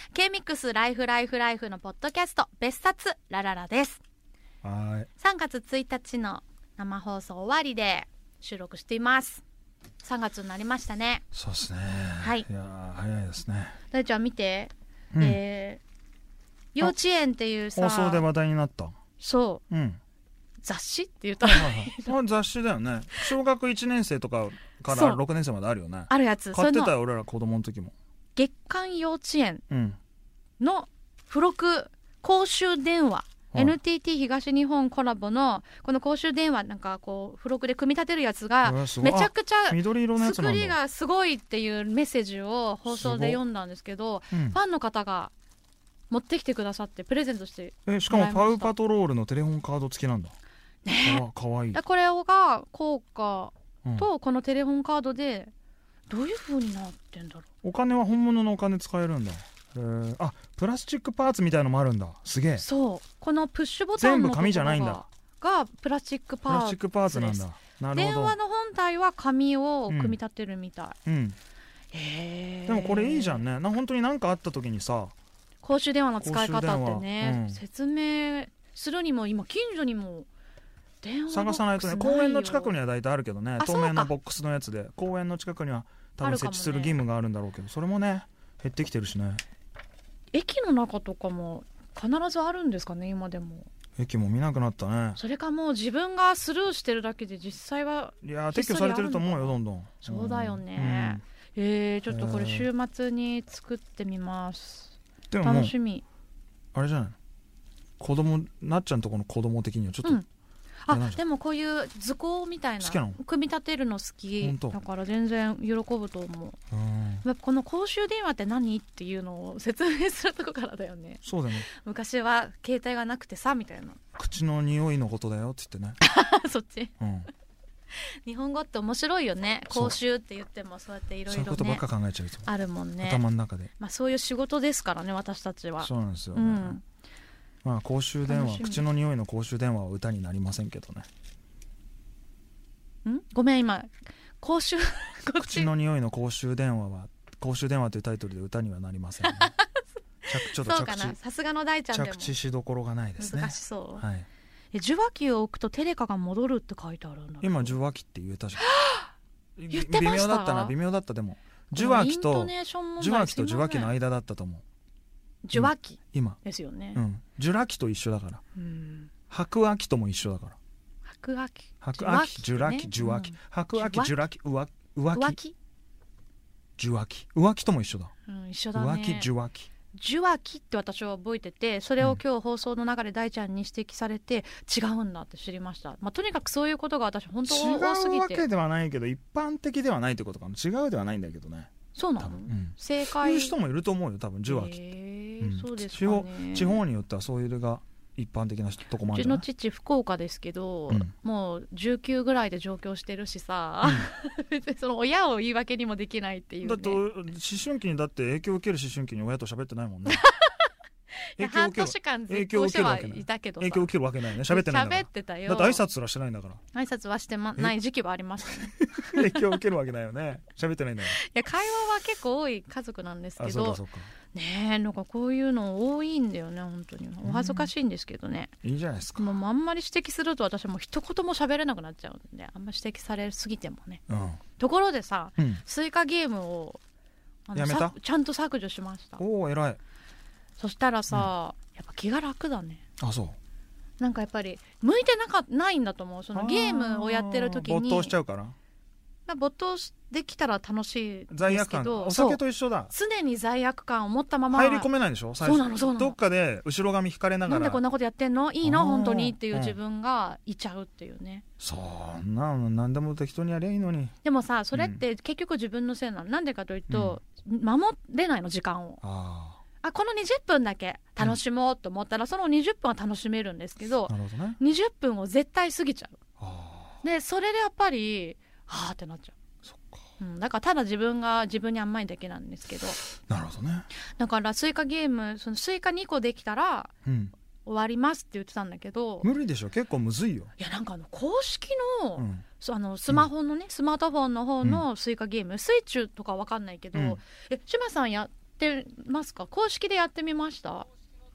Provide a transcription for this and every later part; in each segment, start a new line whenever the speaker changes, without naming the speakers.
K-MIX ライフライフライフのポッドキャスト別冊ラララです。
はい。
3月1日の生放送終わりで収録しています。3月になりましたね。
そうですね。
はい。
いや早いですね。
大ちゃん見て、幼稚園っていうさ、
放送で話題になった。
そう、雑誌って言ったら
雑誌だよね。小学1年生とかから6年生まであるよね。
あるやつ
買ってたよ俺ら子供の時も。
月刊幼稚園の付録公衆電話、NTT 東日本コラボのこの公衆電話なんかこう付録で組み立てるやつがめちゃくちゃ作りがすごいっていうメッセージを放送で読んだんですけど、ファンの方が持ってきてくださってプレゼントして
しかもパウパトロールのテレホンカード付きなんだね。かわいい。
これが効果とこのテレホンカードでどういう風になってんだろう。
お金は本物のお金使えるんだ。あ、プラスチックパーツみたいのもあるんだ。すげえ。
そう、このプッシュボタンのところ
全部紙じゃないんだ
がプラスチックパーツです。
なんだ。なるほど。
電話の本体は紙を組み立てるみたい。
でもこれいいじゃんね。本当に何かあった時にさ、
公衆電話の使い方ってね、説明するにも今近所にも電話
探さないとね。公園の近くには大体あるけどね、透明なボックスのやつで公園の近くには多分設置する義務があるんだろうけど、それもね減ってきてるしね。
駅の中とかも必ずあるんですかね今でも。
駅も見なくなったね。
それかもう自分がスルーしてるだけで実際はい
や撤去されてると思うよどんどん。
そうだよね。ちょっとこれ週末に作ってみます。
でも
楽しみ。
あれじゃない、子供なっちゃんとこの子供的にはちょっと、
でもこういう図工みたいな組み立てるの好きだから全然喜ぶと思う。この公衆電話って何っていうのを説明するとこからだよね。
そうだね。
昔は携帯がなくてさみたいな、
口の匂いのことだよって言ってね
そっち、日本語って面白いよね。公衆って言ってもそうやっていろいろね、そういう
ことばっか考えちゃうと
あるもんね、
頭の中で。
そういう仕事ですからね私たちは。
そうなんですよね。公衆電話、口の匂いの公衆電話は歌になりませんけどね。
ごめん今公衆
口の匂いの公衆電話は公衆電話というタイトルで歌にはなりません、ね、ちょっと
そうかな。さすがの大ちゃんでも
着地しどころがないですね。
難しそう。
はい。
受話器を置くとテレカが戻るって書いてあるんだ。
今受話器って言えたじゃん
言ってました。
微妙だった。でも受話器と受話器の間だったと思う。
受話器
今
ですよね。
受話器と一緒だから。白話器とも一緒だから。
白話器、
受話器、白話器、白話器、受話器、浮気、受話器、浮気とも一緒だ。
一緒だね。
浮気、受話器。
受話器って私は覚えてて、それを今日放送の中で大ちゃんに指摘されて違うんだって知りました。とにかくそういうことが私本当多すぎて。
違うわけではないけど一般的ではないってことかな。違うではないんだけどね。
そうなの、正解
いう人もいると思うよ多分受話器。
そうですかね。
地方によってはそういうのが一般的なとこもあるじゃない。
うちの父福岡ですけど、もう19ぐらいで上京してるしさ、別にその親を言い訳にもできないっていうね。
だって思春期にだって影響を受ける思春期に親と喋ってないもんね
半年間絶交してはいたけどさ、
影響を受けるわけないよね。喋ってないんだから。
喋ってたよ。
だって挨拶すらしてないんだから。
挨拶はしてない時期はありましたね
影響を受けるわけないよね。喋ってないんだよ。
いや会話は結構多い家族なんですけど
そうか
ねえ、なんかこういうの多いんだよね本当に。お恥ずかしいんですけどね。
いいじゃないですか。
もうあんまり指摘すると私も一言も喋れなくなっちゃうんで、あんまり指摘されすぎてもね。ところでさ、スイカゲームを
やめた？
ちゃんと削除しました。
おお偉い。
そしたらさ、やっぱ気が楽だね。
そう。
なんかやっぱり向いてないんだと思う。そのゲームをやってる時に
没頭しちゃうから。
没頭できたら楽しいですけど、
罪悪感、お酒と一緒だ。
常に罪悪感を持ったまま
入り込めないでしょ最初。そうなの。どっかで後ろ髪引かれながら、
なんでこんなことやってんの、いいの本当にっていう自分がいちゃうっていうね。
そんなの何でも適当にやりゃいいのに。
でもさそれって結局自分のせいなの。なんでかというと、守れないの時間を。この20分だけ楽しもうと思ったら、その20分は楽しめるんですけど、20分を絶対過ぎちゃう。でそれでやっぱりはーってなっちゃう。だからただ自分に甘いだけなんですけど。
なるほどね。だ
からスイカゲーム、そのスイカ2個できたら終わりますって言ってたんだけど、
無理でしょ。結構むずいよ。
いやなんか公式の、スマホのね、スマートフォンの方のスイカゲーム、スイッチとかわかんないけど、島さんやってますか？公式でやってみました？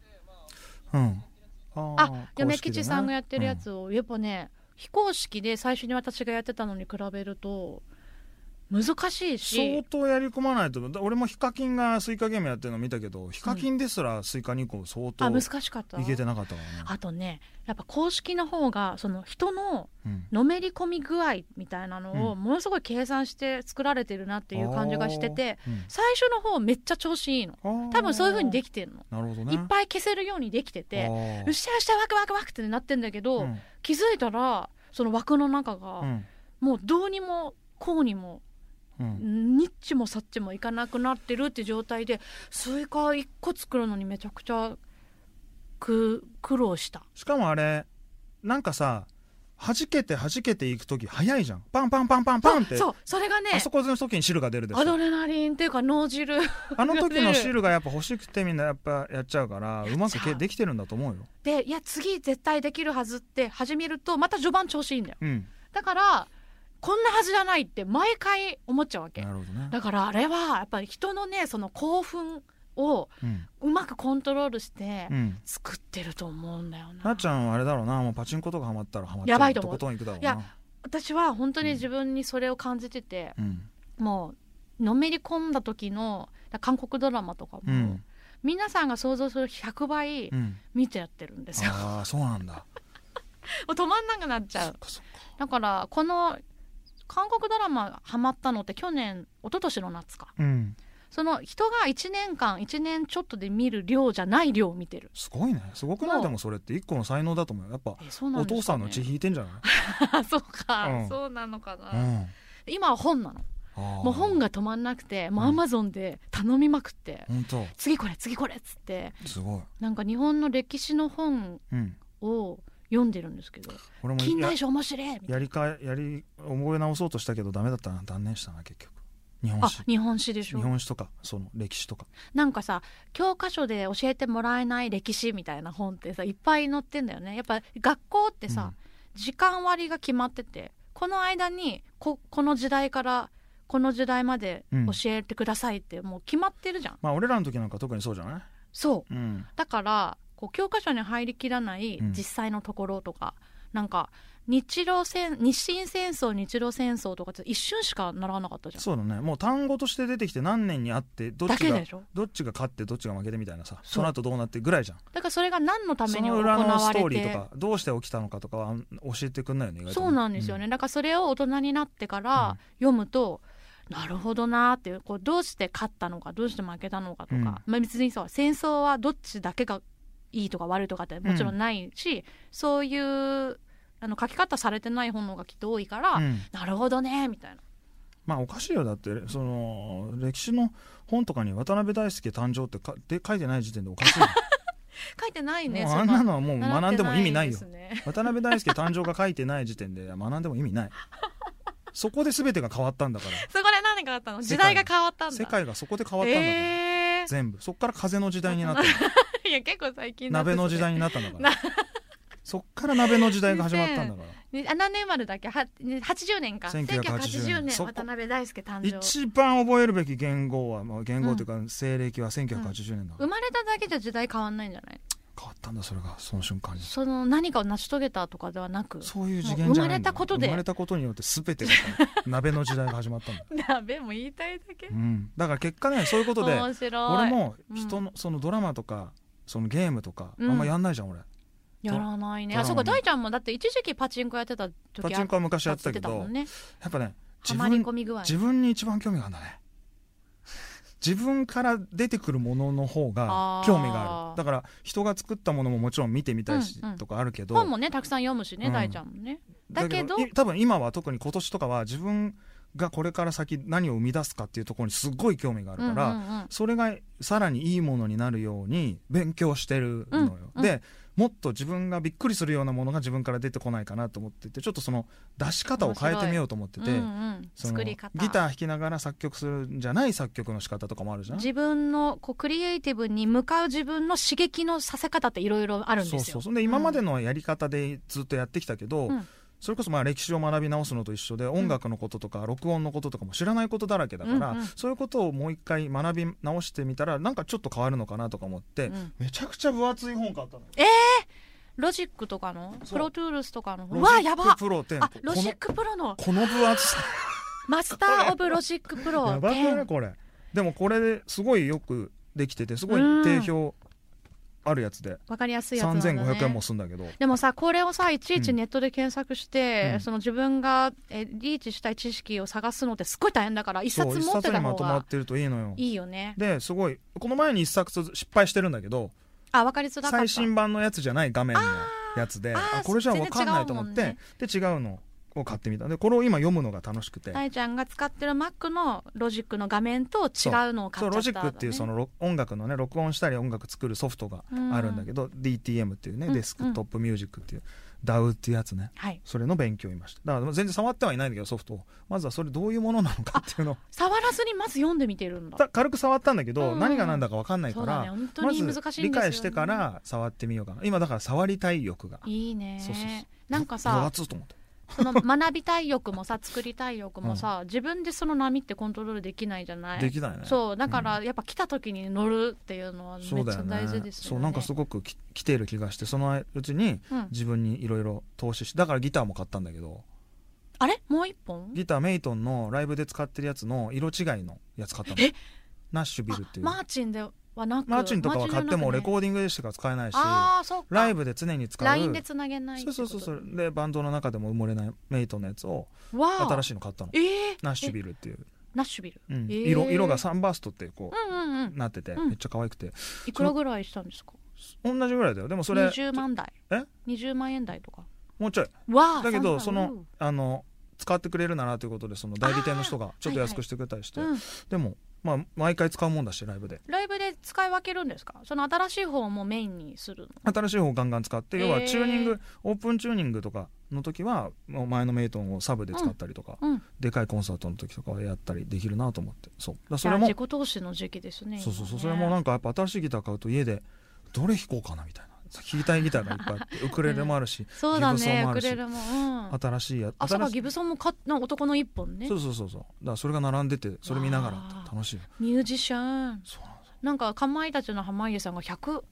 嫁吉さんがやってるやつを、やっぱね非公式で最初に私がやってたのに比べると難しいし、
相当やり込まないと。俺もヒカキンがスイカゲームやってるの見たけど、ヒカキンですらスイカ2個相当
難しかった。
いけてなかったからね。
あとねやっぱ公式の方がその人ののめり込み具合みたいなのをものすごい計算して作られてるなっていう感じがしてて、最初の方めっちゃ調子いいの。多分そういう風にできてるの。
なるほどね。
いっぱい消せるようにできてて、うっしゃうっしゃワクワクワクってなってんだけど、気づいたらその枠の中がもうどうにもこうにもニッチもサッチもいかなくなってるって状態で、スイカ1個作るのにめちゃくちゃ苦労した。
しかもあれなんかさ、弾けていく時早いじゃん。パンパンパンパンパンって。
そう、それがね、
あそこの時に汁が出るでしょ。
アドレナリンっていうか脳汁
あの時の汁がやっぱ欲しくてみんなやっぱやっちゃうから、うまくできてるんだと思うよ。
で、いや次絶対できるはずって始めるとまた序盤調子いいんだよ、だからこんなはずじゃないって毎回思っちゃうわけ。
なるほどね。
だからあれはやっぱり人のねその興奮をうまくコントロールして作ってると思うんだよな。
なっちゃんはあれだろうな、もうパチンコとかハマったらハマっちゃう
やばいと思う。
とことんいくだろうな。
いや私は本当に自分にそれを感じてて、もうのめり込んだ時の韓国ドラマとかも、皆さんが想像する100倍見てやってるんですよ。
ああそうなんだ。
もう止まんなくなっちゃう。だからこの韓国ドラマハマったのって去年一昨年の夏か、その人が1年ちょっとで見る量じゃない量を見てる。
すごいね。すごくない？でもそれって一個の才能だと思うよ。やっぱ、お父さんの血引いてんじゃない？
そうか、そうなのかな、今は本なの。もう本が止まんなくて、もうアマゾンで頼みまくって、次これ次これっつって、
すごい
なんか日本の歴史の本を読んでるんですけど、俺も近代史面白いみたいな。覚
え直そうとしたけどダメだったな、断念したな結局。
日本史でしょ。
日本史とかその歴史とか、
なんかさ教科書で教えてもらえない歴史みたいな本ってさいっぱい載ってんだよね。やっぱ学校ってさ、時間割が決まってて、この間にこの時代からこの時代まで教えてくださいってもう決まってるじゃん。
まあ俺らの時なんか特にそうじゃない？
そう、だからこう教科書に入りきらない実際のところとか、なんか日清戦争日露戦争とかって一瞬しか習わなかったじゃん。
そうだね。もう単語として出てきて何年にあって、どっちが勝ってどっちが負けてみたいなさ、その後どうなってぐらいじゃん。
だからそれが何のために行われて、
その裏のストーリーとかどうして起きたのかとかは教えてくんないよね、意外とね。
そうなんですよね、だからそれを大人になってから読むと、なるほどなーっていう、こうどうして勝ったのかどうして負けたのかとか、まあ、別にさ戦争はどっちだけがいいとか悪いとかってもちろんないし、そういう書き方されてない本のがきっと多いから、なるほどねみたいな。
まあおかしいよ。だってその歴史の本とかに渡辺大輔誕生って書いてない時点でおかしいよ
書いてないね。
あんなのはもう学んでも意味ないよ。渡辺大輔誕生が書いてない時点で学んでも意味ないそこで全てが変わったんだから。
そこで何が変わったの？時代が変わったんだ。
世界がそこで変わったんだから、全部そっから風の時代になった
いや結構最近
鍋の時代になったんだからそっから鍋の時代が始まったんだから。
何年までだっけ？80年か。1980年渡辺大輔誕生。
一番覚えるべき元号は、元号というか西暦は1980年だ、
生まれただけじゃ時代変わんないんじゃない？
変わったんだ、それがその瞬間に。
その何かを成し遂げたとかではなく、
そういう次元じゃないんだ。
生まれたこと
によって全てが鍋の時代が始まったんだ
鍋も言いたいだけ、
だから結果ね、そういうことで
俺
も人のそのドラマとかそのゲームとかあんまやんないじゃん、俺
やらないね。あ、そうか、大ちゃんもだって一時期パチンコやってた時。
パチンコは昔やってたけど、やっぱね、自分に一番興味があるんだね自分から出てくるものの方が興味がある。だから人が作ったものももちろん見てみたいし、とかあるけど、
本もねたくさん読むしね、大ちゃんもね。だけど
多分今は特に今年とかは自分がこれから先何を生み出すかっていうところにすごい興味があるから、それがさらにいいものになるように勉強してるのよ、でもっと自分がびっくりするようなものが自分から出てこないかなと思ってて、ちょっとその出し方を変えてみようと思ってて、
作り方、
ギター弾きながら作曲するんじゃない作曲の仕方とかもあるじゃん。
自分のこうクリエイティブに向かう自分の刺激のさせ方っていろいろあるんですよ。
で今までのやり方でずっとやってきたけど、 それこそまあ歴史を学び直すのと一緒で、音楽のこととか録音のこととかも知らないことだらけだから、そういうことをもう一回学び直してみたらなんかちょっと変わるのかなとか思って、めちゃくちゃ分厚い本買ったのよ。
ロジックとかのプロトゥールスとかの、うわやば、
ロジックプロ10、
ロジックプロの
この分厚さ
マスターオブロジックプロ
やばくないこれ。でもこれですごいよくできてて、すごい定評あるやつで
分かりやすいやつなんだね。
3500円もするんだけど、
でもさこれをさいちいちネットで検索して、その自分がリーチしたい知識を探すのってすごい大変だから、一冊持ってた方が
一冊にまとまってるといいのよ。
いいよね。
ですごいこの前に一冊失敗してるんだけど、
分かりづらかった。
最新版のやつじゃない画面のやつで、これじゃ分かんないと思って、で違うのを買ってみた。でこれを今読むのが楽しくて、
大ちゃんが使ってる Mac のロジックの画面と違うのを買っちゃった、ね、そう
ロジックっていうその音楽のね録音したり音楽作るソフトがあるんだけど、DTM っていうね、デスクトップミュージックっていう DAW っていうやつね、それの勉強をいました。だから全然触ってはいないんだけどソフトを、まずはそれどういうものなのかっていうのを
触らずにまず読んでみてるんだ。
軽く触ったんだけど、何が何だか分かんないから、
本当に難しいんですよね。
まず理解してから触ってみようかな。今だから触りたい欲が
いいね。
そう
なんかさ
分厚いと思って
その学びたい欲もさ作りたい欲もさ、自分でその波ってコントロールできないじゃない。
できないね。
そうだからやっぱ来た時に乗るっていうのはめっちゃ大事ですよね。
そうなんかすごく来ている気がして、そのうちに自分にいろいろ投資して、だからギターも買ったんだけど、
あれもう一本
ギターメイトンのライブで使ってるやつの色違いのやつ買ったの。ナッシュビルっていう。
マーチンではなく、
マーチンとかは買ってもレコーディングでしか使えないし、ライブで常に使う
LINE でつなげないってこと。
そうでバンドの中でも埋もれないメイトンのやつを新しいの買ったの。ナッシュビルっていう。
ナッシュビル、
色がサンバーストってこうなっててめっちゃ可愛くて。
いくらぐらいしたんですか？
同じぐらいだよ。でもそれ
20万台20万円台とか
もうちょいだけど、その使ってくれるならということで、その代理店の人がちょっと安くしてくれたりして、でもまあ毎回使うもんだし、ライブで
使い分けるんですか？その新しい方をもうメインにするの？
新しい方をガンガン使って、要はチューニング、オープンチューニングとかの時はもう前のメイトンをサブで使ったりとか、でかいコンサートの時とかはやったりできるなと思って。そうだ、それも
自己投資の時期ですね。
そうそれもなんかやっぱ新しいギター買うと家でどれ弾こうかなみたいな、弾きたいギターがいっぱいあってウクレレもあるし、
そうだね、ウクレレも、
新しいや
つ、そうか、ギブソンも男の一本ね。
そうだからそれが並んでて、それ見ながら楽しい。
ミュージシャン。なんかかまいたちの濱家さんが180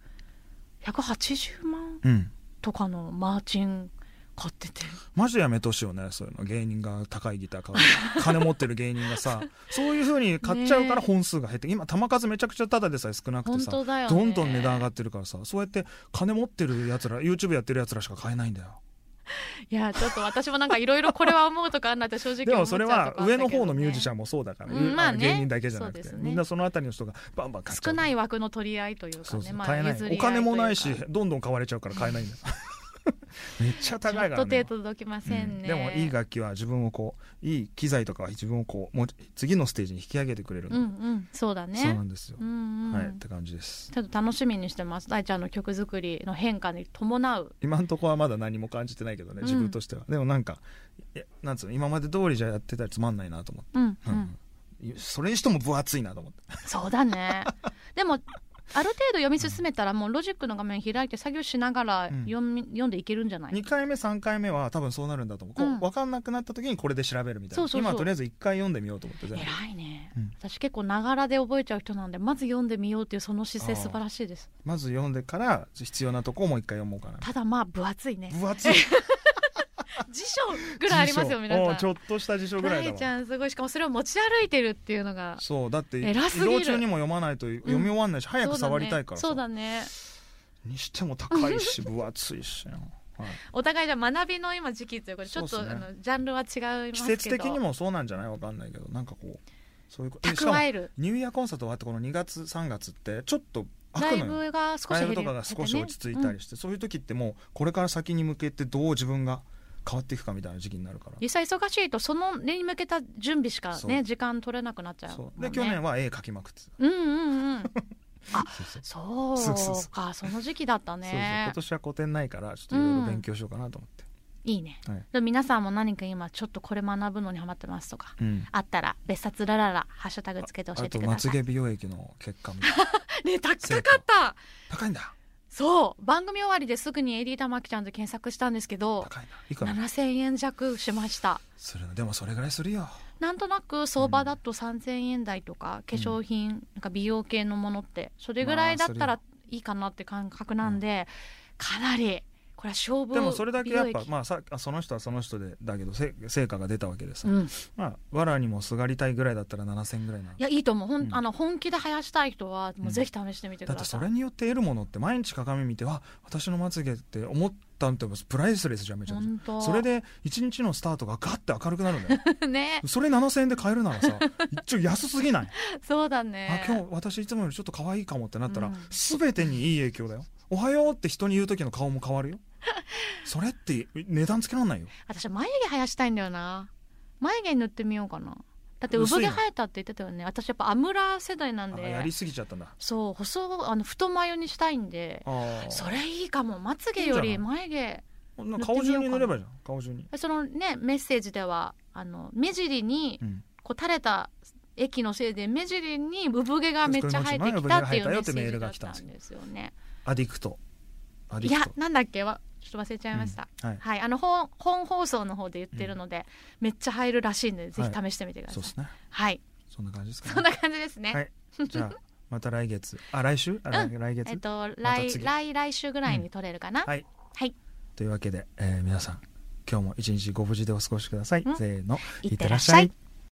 万とかのマーチン買ってて、
マジでやめてほしいよね、そういうの。芸人が高いギター買う金持ってる芸人がさそういう風に買っちゃうから本数が減って、今球数めちゃくちゃただでさえ少なくてさ、どんどん値段上がってるからさ、そうやって金持ってるやつら YouTube やってるやつらしか買えないんだよ。
いやちょっと私もなんかいろいろこれは思うとかあんなって正直思っちゃうとかあったけどね。
でもそれは上の方のミュージシャンもそうだから、芸人だけじゃなくて、みんなそのあたりの人がバンバン買っちゃう。
少ない枠の取り合いというかね、
買えない。お金もないしどんどん買われちゃうから買えないんだよめっちゃ高いからね。
ちょっと手届きませんね。
でもいい楽器は自分をこう、いい機材とかは自分をこうもう次のステージに引き上げてくれるの。
そうだね。
そうなんですよ。はいって感じです。
ちょっと楽しみにしてます。大ちゃんの曲作りの変化に伴う。
今のところはまだ何も感じてないけどね、自分としては。でもなんかなんつうの、今まで通りじゃやってたらつまんないなと思って。それにしても分厚いなと思って。
そうだね。でもある程度読み進めたらもうロジックの画面開いて作業しながら読んでいけるんじゃない？
2回目3回目は多分そうなるんだと思う。分かんなくなった時にこれで調べるみたいな。今とりあえず1回読んでみようと思って。
偉いね。私結構ながらで覚えちゃう人なんで、まず読んでみようっていうその姿勢素晴らしいです。
まず読んでから必要なとこをもう1回読もうかな。
ただまあ分厚いね。
分厚い
辞書ぐらいありますよ皆さん。
ちょっとした辞書ぐらいだわ。
大ちゃんすごい。しかもそれを持ち歩いてるっていうのが
そうだって移
偉すぎる。
動中にも読まないと読み終わんないし、早く触りたいからさ。
そうだね。
にしても高いし分厚いし、
お互いじゃ学びの今時期ということでちょっとジャンルは違いますけど、
季節的にもそうなんじゃない？分かんないけど、なんかこうそういう
蓄える。
ニューイヤーコンサートはあって、この2月3月ってちょっと
ライブが少し減る、
ライブとかが少し落ち着いたりして、そういう時ってもうこれから先に向けてどう自分が変わっていくかみたいな時期になるから、
実際忙しいとその例に向けた準備しかね時間取れなくなっちゃうもんね。
で去年は絵描きまくってた。
あ、そうか、その時期だったね。
今年は古典ないからちょっといろいろ勉強しようかなと思って。
いいね。で皆さんも何か今ちょっとこれ学ぶのにハマってますとか、あったら別冊ラララハッシュタグつけて教えてください。
あとまつげ美容液の結果みたいな
ね、高かった。
高いんだ。
そう番組終わりですぐに AD 玉木ちゃんで検索したんですけど、
高いな。いくら
7000円弱しました。
するの。でもそれぐらいするよ。
なんとなく相場だと3000円台とか、化粧品、なんか美容系のものってそれぐらいだったらいいかなって感覚なんで、かなりこれは勝負。
でもそれだけやっぱ、まあ、その人はその人でだけど成果が出たわけでさ、まあ藁にもすがりたいぐらいだったら7000円ぐらいな。い
やいいと思う。本気で生やしたい人はもうぜひ試してみてください。
だってそれによって得るものって毎日鏡見て私のまつげって思ったんってプライスレスじゃんめちゃくちゃ。それで一日のスタートがガッて明るくなるんだよね。それ7000円で買えるならさちょっと安すぎない？
そうだね。
今日私いつもよりちょっと可愛いかもってなったら、全てにいい影響だよ。おはようって人に言う時の顔も変わるよそれって値段つけらんないよ。
私は眉毛生やしたいんだよな。眉毛塗ってみようかな。だって産毛生えたって言ってたよね。私やっぱアムラ世代なんで。
やりすぎちゃったんだ。
そう太眉にしたいんで、それいいかも。まつげより眉毛
顔中に塗ればいいじゃん。顔中に
そのねメッセージでは目尻にこう垂れた液のせいで目尻に産毛がめっちゃ生えてきたっていうメッセージだったんですよね。
アディクト。
いやなんだっけちょっと忘れちゃいました、はい、本放送の方で言ってるので、めっちゃ入るらしいのでぜひ試してみてください。
そうですね。
はい、
そんな感じですかね。
そんな感じですね。
はい、じゃあまた来月来週来月
来週ぐらいに撮れるかな。はい、
というわけで、皆さん今日も一日ご無事でお過ごしください。せーの、いってらっしゃい。